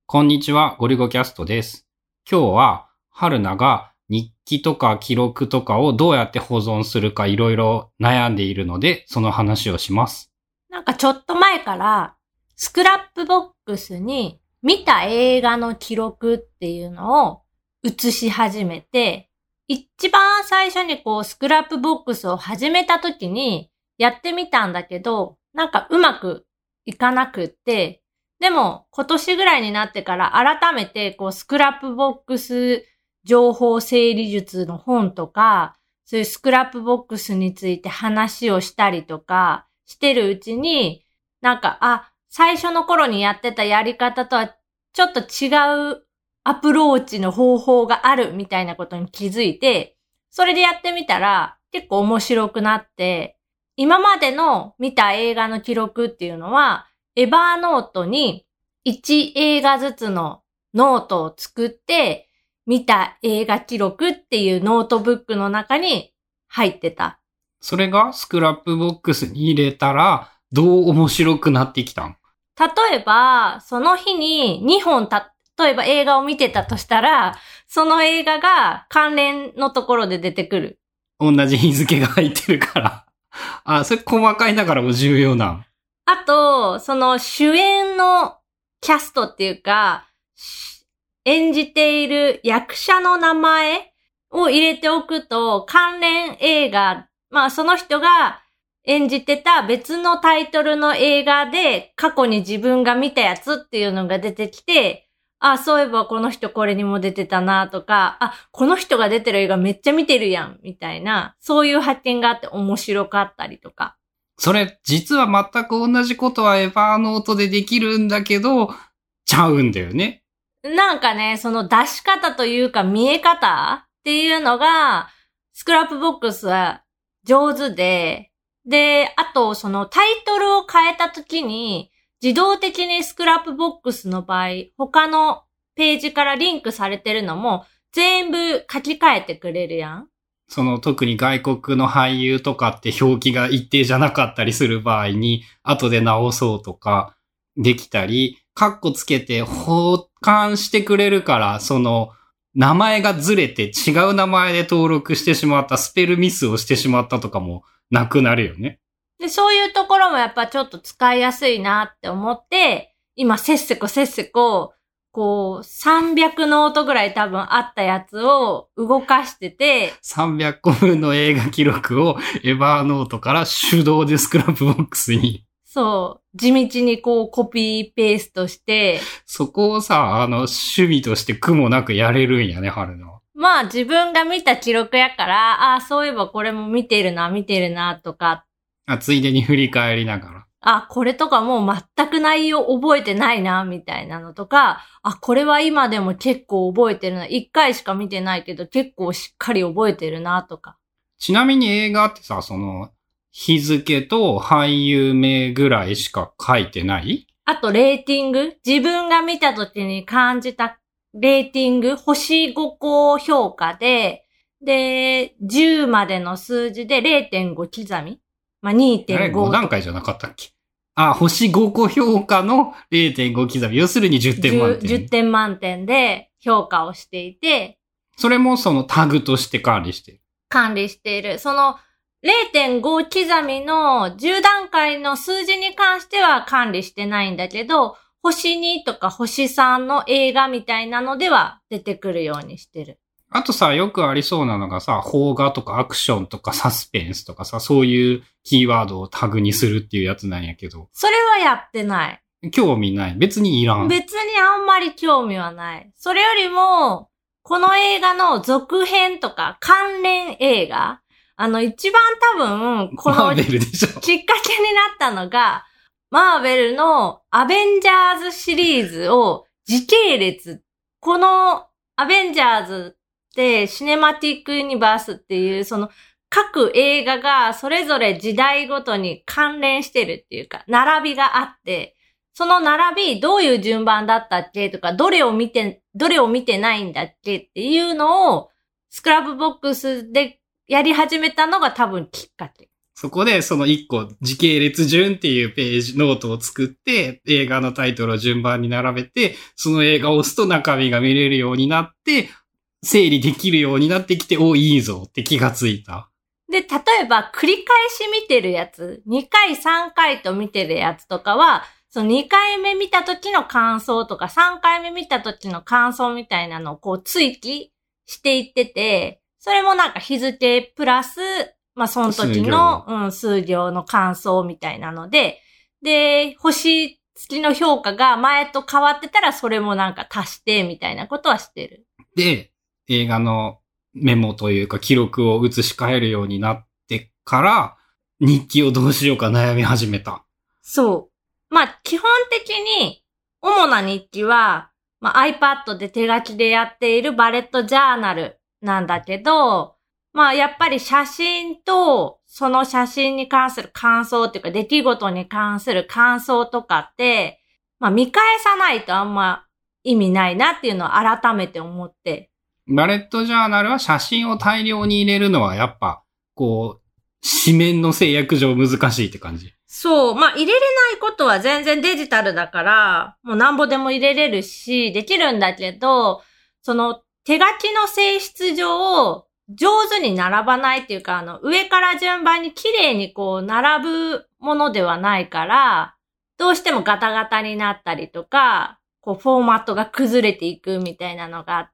こんにちは、ゴリゴキャストです。今日は、春菜が日記とか記録とかをどうやって保存するかいろいろ悩んでいるので、その話をします。 なんかちょっと前から、スクラップボックスに見た映画の記録っていうのを写し始めて、一番最初にスクラップボックスを始めた時にやってみたんだけど、なんかうまくいかなくって、でも今年ぐらいになってから改めてスクラップボックス情報整理術の本とか、そういうスクラップボックスについて話をしたりとかしてるうちに、なんか、最初の頃にやってたやり方とはちょっと違うアプローチの方法があるみたいなことに気づいて、それでやってみたら結構面白くなって、今までの見た映画の記録っていうのは、エバーノートに1映画ずつのノートを作って、見た映画記録っていうノートブックの中に入ってた。 それがスクラップボックスに入れたら、どう面白くなってきたん？ 例えば、その日に2本例えば映画を見てたとしたら、その映画が関連のところで出てくる。 同じ日付が入ってるから。それ細かいながらも重要なん。 あと、その主演のキャストっていうか、演じている役者の名前を入れておくと、関連映画、その人が演じてた別のタイトルの映画で過去に自分が見たやつっていうのが出てきて、そういえばこの人これにも出てたなとか、この人が出てる映画めっちゃ見てるやんみたいな、そういう発見があって面白かったりとか。 それ、実は全く同じことはエヴァーノートでできるんだけど、ちゃうんだよね。 なんかね、その出し方というか見え方っていうのが、スクラップボックスは上手で、あとそのタイトルを変えたときに、自動的にスクラップボックスの場合、他のページからリンクされてるのも全部書き換えてくれるやん。 その特に外国の俳優とかって表記が一定じゃなかったりする場合に、後で直そうとかできたり、カッコつけて保管してくれるから、その名前がずれて違う名前で登録してしまった、スペルミスをしてしまったとかもなくなるよね。 で、そういうところもやっぱちょっと使いやすいなって思って、今せっせこ300ノートぐらい多分あったやつを動かしてて、 300個分の映画記録をエヴァーノートから手動でスクラップボックスに。 そう、地道にコピーペーストして、 そこをさ、趣味として苦もなくやれるんやね、春の。 自分が見た記録やから、そういえばこれも見てるなとか。 ついでに振り返りながら。 これとかもう全く内容覚えてないな、みたいなのとか、これは今でも結構覚えてるな。1回しか見てないけど結構しっかり覚えてるな、とか。 ちなみに映画ってさ、日付と俳優名ぐらいしか書いてない？ あと、レーティング。自分が見た時に感じたレーティング。星5個評価で、10までの数字で 0.5 刻み。2.5。 5段階じゃなかったっけ？星5個評価の 0.5 刻み。要するに10点満点。 10点満点で評価をしていて。 それもそのタグとして管理してる。 管理している。その 0.5 刻みの10段階の数字に関しては管理してないんだけど、星2とか星3の映画みたいなのでは出てくるようにしてる。 あとさ、よくありそうなのがさ、邦画とかアクションとかサスペンスとかさ、そういうキーワードをタグにするっていうやつなんやけど。 それはやってない。 興味ない。別にいらん。 別にあんまり興味はない。それよりも、この映画の続編とか関連映画、一番多分、このきっかけになったのが、マーベルのアベンジャーズシリーズを時系列、このアベンジャーズってシネマティックユニバースっていうその各映画がそれぞれ時代ごとに関連してるっていうか、並びがあって、その並びどういう順番だったっけとか、どれを見てないんだっけっていうのをスクラップボックスでやり始めたのが多分きっかけ。 そこでその1個時系列順っていうページ、ノートを作って、映画のタイトルを順番に並べて、その映画を押すと中身が見れるようになって、整理できるようになってきて、お、いいぞって気がついた。 で、例えば繰り返し見てるやつ、2回3回と見てるやつとかは、その2回目見た時の感想とか3回目見た時の感想みたいなのをこう追記していってて、それもなんか日付プラス、まあその時の数行の感想みたいなので、で、星付きの評価が前と変わってたらそれもなんか足してみたいなことはしてる。 で、映画のメモというか記録を移し替えるようになってから、日記をどうしようか悩み始めた。 そう。まあ、基本的に、主な日記は、まあ、iPad で手書きでやっているバレットジャーナルなんだけど、まあ、やっぱり写真と、その写真に関する感想っていうか、出来事に関する感想とかって、まあ、見返さないとあんま意味ないなっていうのを改めて思って。 バレットジャーナルは写真を大量に入れるのはやっぱ、こう、紙面の制約上難しいって感じ。 そう。まあ、入れれないことは全然デジタルだから、もうなんぼでも入れれるし、できるんだけど、その手書きの性質上、上手に並ばないっていうか、上から順番に綺麗にこう、並ぶものではないから、どうしてもガタガタになったりとか、こう、フォーマットが崩れていくみたいなのがあって、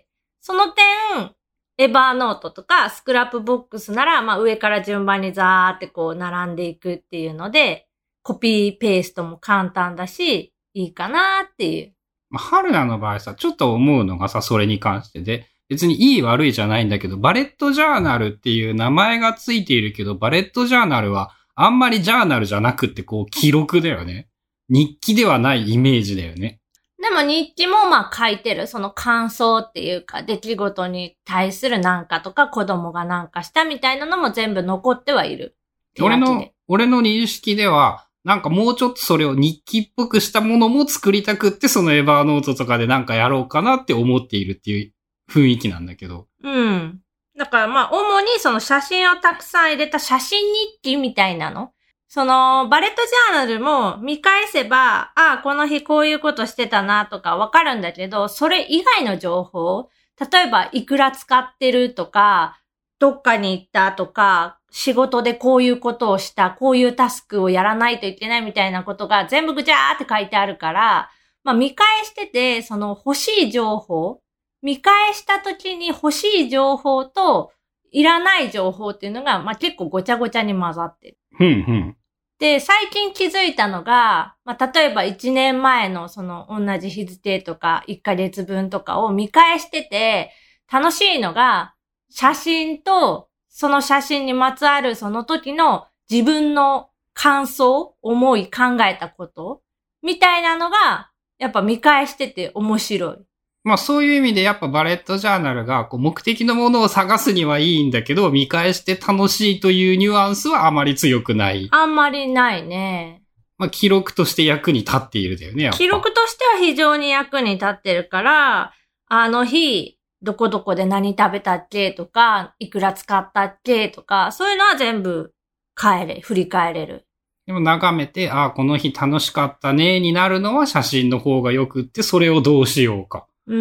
その点、エバーノートとかスクラップボックスなら、まあ上から順番にザーってこう並んでいくっていうので、コピーペーストも簡単だし、いいかなっていう。 春菜の場合さ、ちょっと思うのがさ、それに関してで、別にいい悪いじゃないんだけど、バレットジャーナルっていう名前がついているけど、バレットジャーナルはあんまりジャーナルじゃなくってこう記録だよね。日記ではないイメージだよね。 でも日記もまあ書いてる、その感想っていうか、出来事に対するなんかとか、子供がなんかしたみたいなのも全部残ってはいる。 俺の認識では、なんかもうちょっとそれを日記っぽくしたものも作りたくって、そのエバーノートとかでなんかやろうかなって思っているっていう雰囲気なんだけど。 うん。だからまあ、主にその写真をたくさん入れた写真日記みたいなの。その、バレットジャーナルも見返せば、ああ、この日こういうことしてたなとかわかるんだけど、それ以外の情報、例えばいくら使ってるとか、どっかに行ったとか、仕事でこういうことをした、こういうタスクをやらないといけないみたいなことが全部ぐちゃーって書いてあるから、まあ見返してて、その欲しい情報、見返した時に欲しい情報といらない情報っていうのが、まあ結構ごちゃごちゃに混ざってる。で、最近気づいたのが、まあ、例えば1年前のその同じ日付とか1ヶ月分とかを見返してて、楽しいのが、写真とその写真にまつわるその時の自分の感想、思い、考えたことみたいなのが、やっぱ見返してて面白い。 まあそういう意味でやっぱバレットジャーナルがこう目的のものを探すにはいいんだけど、見返して楽しいというニュアンスはあまり強くない。 あんまりないね。 まあ記録として役に立っているだよね、やっぱ。 記録としては非常に役に立ってるから、あの日、どこどこで何食べたっけとか、いくら使ったっけとか、そういうのは全部振り返れる。 でも眺めて、ああ、この日楽しかったねになるのは写真の方がよくって、それをどうしようか。 うん。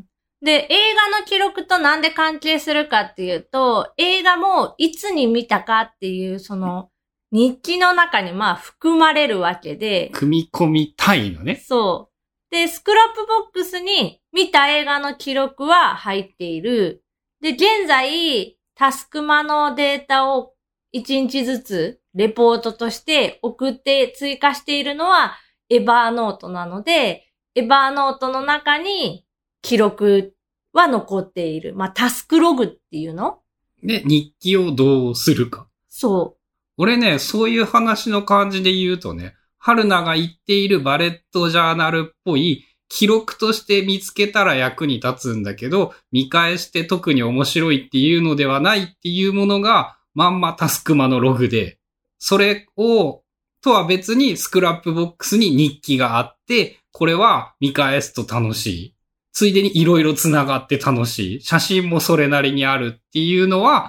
で、映画の記録となんで関係するかっていうと、映画もいつに見たかっていう、その、日記の中にまあ含まれるわけで。 組み込みたいのね。 そう。で、スクラップボックスに見た映画の記録は入っている。で、現在、タスクマのデータを1日ずつレポートとして送って追加しているのはエバーノートなので、エバーノートの中に記録は残っている。まあ、タスクログっていうの？ で、日記をどうするか。 そう。 俺ね、そういう話の感じで言うとね、春菜が言っているバレットジャーナルっぽい記録として見つけたら役に立つんだけど、見返して特に面白いっていうのではないっていうものが、まんまタスクマのログで、それを、とは別にスクラップボックスに日記があって、これは見返すと楽しい。ついでにいろいろつながって楽しい。写真もそれなりにあるっていうのは、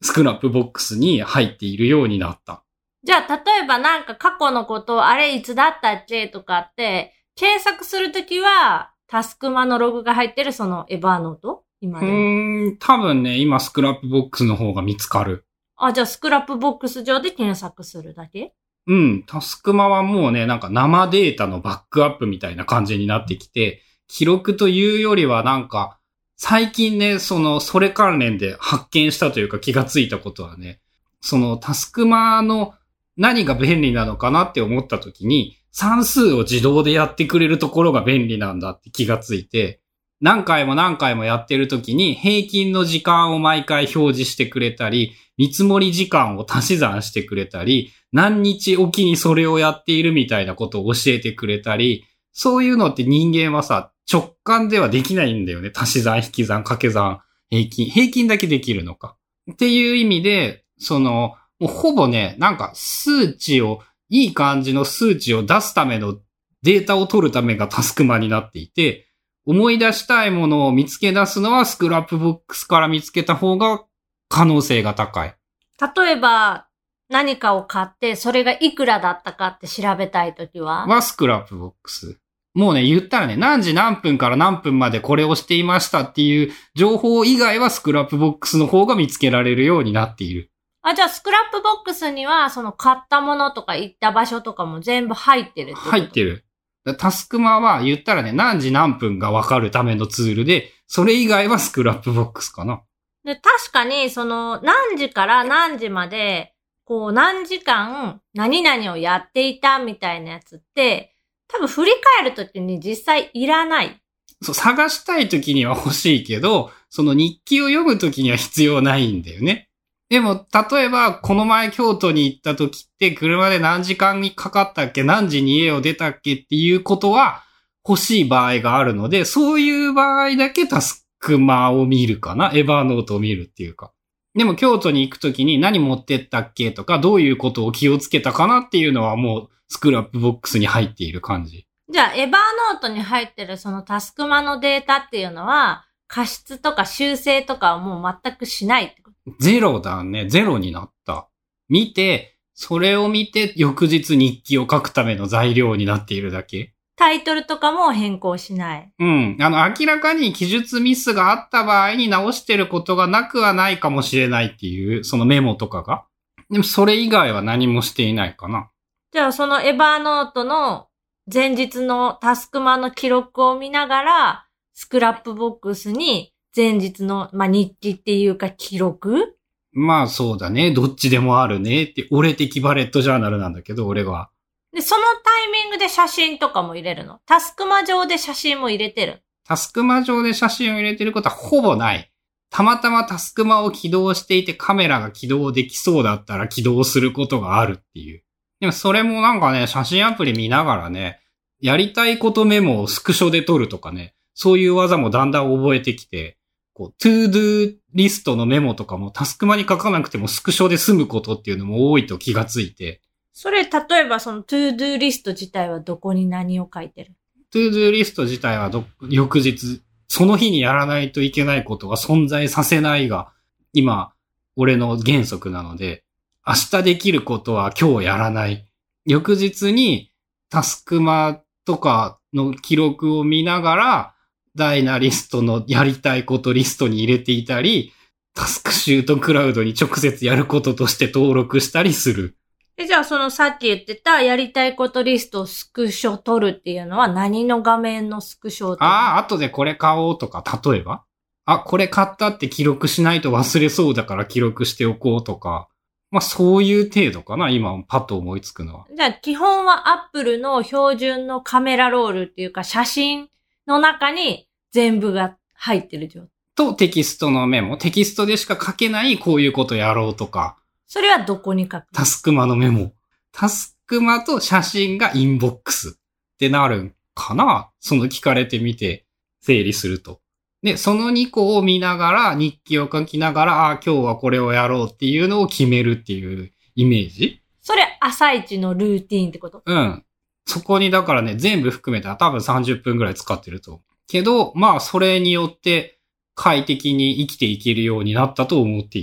スクラップボックスに入っているようになった。 じゃあ、例えばなんか過去のことをあれいつだったっけとかって、検索するときは、タスクマのログが入ってるそのエバーノート今でも。 多分ね、今スクラップボックスの方が見つかる。 あ、じゃあスクラップボックス上で検索するだけ？ うん。タスクマはもうね、なんか生データのバックアップみたいな感じになってきて、記録というよりはなんか、最近ね、それ関連で発見したというか気がついたことはね、タスクマの何が便利なのかなって思った時に、算数を自動でやってくれるところが便利なんだって気がついて、何回も何回もやってる時に平均の時間を毎回表示してくれたり、見積もり時間を足し算してくれたり、何日おきにそれをやっているみたいなことを教えてくれたり、そういうのって人間はさ、直感ではできないんだよね。足し算、引き算、掛け算、平均だけできるのか。っていう意味で、もうほぼね、なんかいい感じの数値を出すためのデータを取るためがタスクマになっていて、思い出したいものを見つけ出すのはスクラップボックスから見つけた方が可能性が高い。 例えば、何かを買って、それがいくらだったかって調べたいときはスクラップボックス。もうね、言ったらね、何時何分から何分までこれをしていましたっていう情報以外はスクラップボックスの方が見つけられるようになっている。 あ、じゃあスクラップボックスには、買ったものとか行った場所とかも全部入ってるってこと？ 入ってる。タスクマは言ったらね、何時何分がわかるためのツールで、それ以外はスクラップボックスかな。 で、確かに、何時から何時まで、何時間、何々をやっていたみたいなやつって、多分振り返るときに実際いらない。 そう、探したいときには欲しいけど、その日記を読むときには必要ないんだよね。でも、例えば、この前京都に行ったときって、車で何時間にかかったっけ、何時に家を出たっけっていうことは欲しい場合があるので、そういう場合だけタスクマを見るかな。エバーノートを見るっていうか。でも京都に行くときに何持ってったっけとか、どういうことを気をつけたかなっていうのはもうスクラップボックスに入っている感じ。 じゃあ、エバーノートに入ってるそのタスクマのデータっていうのは、過失とか修正とかはもう全くしないってこと？ ゼロだね。ゼロになった。それを見て翌日日記を書くための材料になっているだけ。 タイトルとかも変更しない。 うん。明らかに記述ミスがあった場合に直してることがなくはないかもしれないっていう、そのメモとかが。でもそれ以外は何もしていないかな。 じゃあそのエバーノートの前日のタスクマの記録を見ながら、スクラップボックスに前日の、日記っていうか記録？ まあそうだね。どっちでもあるねって、俺的バレットジャーナルなんだけど、俺は。 で、そのタイミングで写真とかも入れるの？タスクマ上で写真も入れてる？ タスクマ上で写真を入れてることはほぼない。たまたまタスクマを起動していてカメラが起動できそうだったら起動することがあるっていう。でもそれもなんかね、写真アプリ見ながらね、やりたいことメモをスクショで撮るとかね、そういう技もだんだん覚えてきて、トゥードゥリストのメモとかもタスクマに書かなくてもスクショで済むことっていうのも多いと気がついて。 それ、例えばそのトゥードゥリスト自体はどこに何を書いてる？ トゥードゥリスト自体は翌日、その日にやらないといけないことは存在させないが、今、俺の原則なので、明日できることは今日やらない。翌日にタスクマとかの記録を見ながら、ダイナリストのやりたいことリストに入れていたり、タスクシュートクラウドに直接やることとして登録したりする。 じゃあそのさっき言ってたやりたいことリストをスクショ取るっていうのは何の画面のスクショを取る？ 後でこれ買おうとか、例えばこれ買ったって記録しないと忘れそうだから記録しておこうとか、そういう程度かな、今パッと思いつくのは。 じゃあ基本は Apple の標準のカメラロールっていうか写真の中に全部が入ってる状態。 とテキストのメモ。テキストでしか書けないこういうことやろうとか。 それはどこに書く？ タスクマのメモ。タスクマと写真がインボックスってなるんかな？その聞かれてみて整理すると。で、その2個を見ながら日記を書きながら、今日はこれをやろうっていうのを決めるっていうイメージ？ それ朝一のルーティーンってこと？ うん。そこにだからね、全部含めたら多分30分ぐらい使ってると。けど、それによって快適に生きていけるようになったと思っている。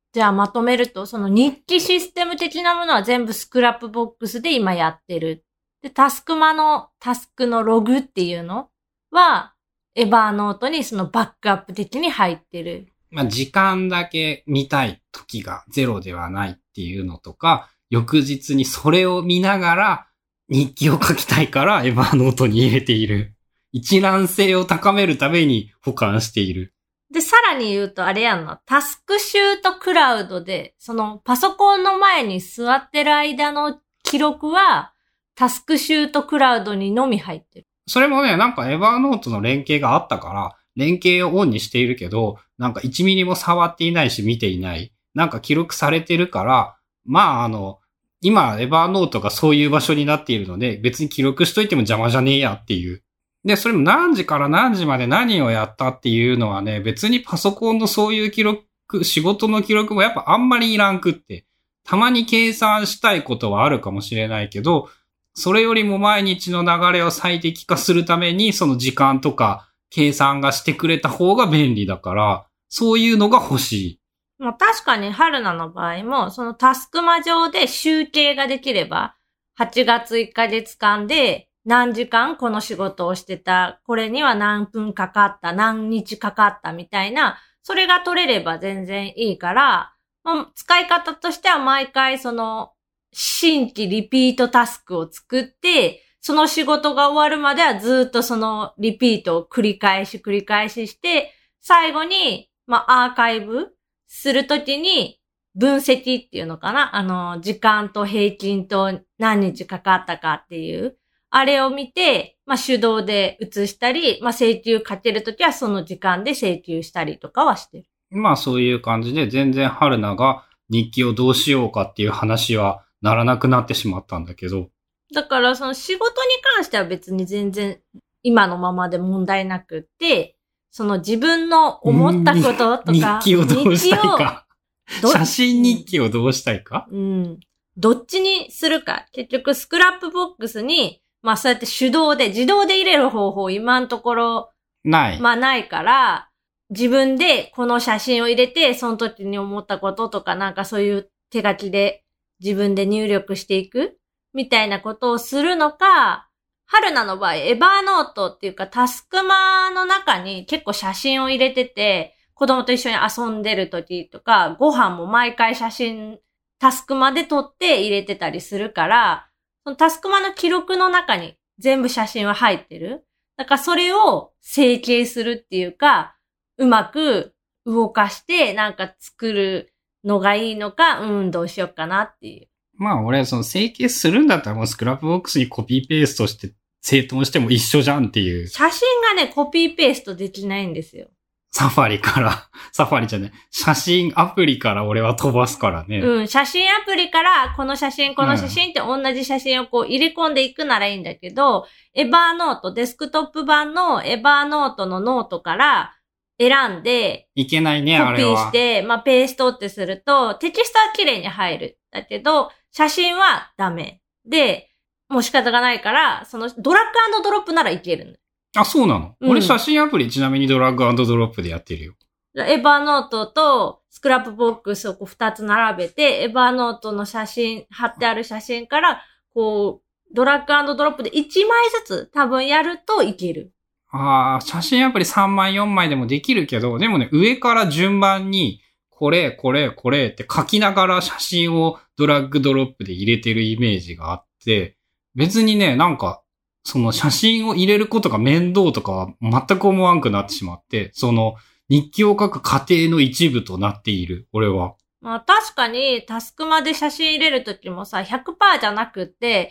じゃあまとめると、その日記システム的なものは全部スクラップボックスで今やってる。で、タスクマのタスクのログっていうのは、エバーノートにそのバックアップ的に入ってる。 まあ、時間だけ見たい時がゼロではないっていうのとか、翌日にそれを見ながら日記を書きたいからエバーノートに入れている。一覧性を高めるために保管している。 で、さらに言うとあれやんな、タスクシュートクラウドで、そのパソコンの前に座ってる間の記録は、タスクシュートクラウドにのみ入ってる。 それもね、なんかエバーノートの連携があったから、連携をオンにしているけど、なんか1ミリも触っていないし見ていない。なんか記録されてるから、まあ今エバーノートがそういう場所になっているので、別に記録しといても邪魔じゃねえやっていう。で、それも何時から何時まで何をやったっていうのはね、別にパソコンのそういう記録、仕事の記録もやっぱあんまりいらんくって、たまに計算したいことはあるかもしれないけど、それよりも毎日の流れを最適化するために、その時間とか計算がしてくれた方が便利だから、そういうのが欲しい。 まあ確かに春菜の場合も、そのタスクマ上で集計ができれば、8月1ヶ月間で何時間この仕事をしてた、これには何分かかった、何日かかったみたいな、それが取れれば全然いいから、まあ、使い方としては毎回その新規リピートタスクを作って、その仕事が終わるまではずっとそのリピートを繰り返しして、最後に、まあ、アーカイブするときに分析っていうのかな？時間と平均と何日かかったかっていう、あれを見て、まあ、手動で移したり、まあ、請求かけるときはその時間で請求したりとかはしてる。 まあそういう感じで全然春菜が日記をどうしようかっていう話はならなくなってしまったんだけど。 だからその仕事に関しては別に全然今のままで問題なくって、その自分の思ったこととか、 日記をどうしたいか。写真日記をどうしたいか、 うん。どっちにするか。結局スクラップボックスに、まあそうやって手動で、自動で入れる方法今のところ、 ない。 まあないから、自分でこの写真を入れて、その時に思ったこととかなんかそういう手書きで自分で入力していくみたいなことをするのか、春菜の場合、エバーノートっていうかタスクマの中に結構写真を入れてて、子供と一緒に遊んでる時とか、ご飯も毎回写真、タスクマで撮って入れてたりするから、そのタスクマの記録の中に全部写真は入ってる。だからそれを整形するっていうか、うまく動かしてなんか作るのがいいのか、どうしようかなっていう。 まあ俺、その整形するんだったらもうスクラップボックスにコピーペーストして整頓しても一緒じゃんっていう。 写真がね、コピーペーストできないんですよ。 サファリじゃない。写真アプリから俺は飛ばすからね。 うん、写真アプリからこの写真って同じ写真をこう入れ込んでいくならいいんだけど、エバーノート、デスクトップ版のエバーノートのノートから選んで、 いけないね、あれは。 コピーして、まあ、ペーストってすると、テキストは綺麗に入る。だけど、写真はダメ。で、もう仕方がないから、そのドラッグ&ドロップならいける。 あ、そうなの、俺写真アプリちなみにドラッグ&ドロップでやってるよ。 エバーノートとスクラップボックスをこう2つ並べて、エバーノートの写真、貼ってある写真から、こう、ドラッグ&ドロップで1枚ずつ多分やるといける。 ああ、写真アプリ3枚4枚でもできるけど、でもね、上から順番に、これって書きながら写真をドラッグドロップで入れてるイメージがあって、別にね、なんか、その写真を入れることが面倒とかは全く思わんくなってしまって、その日記を書く過程の一部となっている、俺は。 まあ確かにタスクマで写真入れるときもさ、100% じゃなくって、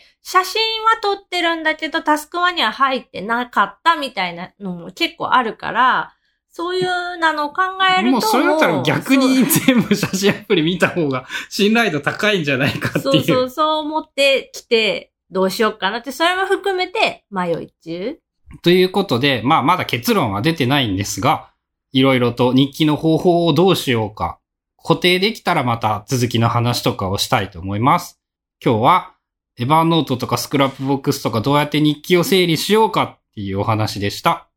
写真は撮ってるんだけどタスクマには入ってなかったみたいなのも結構あるから、そういうのを考えるともうそれだったら逆に全部写真アプリ見た方が信頼度高いんじゃないかっていう。 そう思ってきて、どうしようかなって、それも含めて迷い中。 ということで、まあまだ結論は出てないんですが、いろいろと日記の方法をどうしようか、固定できたらまた続きの話とかをしたいと思います。今日はエバーノートとかスクラップボックスとかどうやって日記を整理しようかっていうお話でした。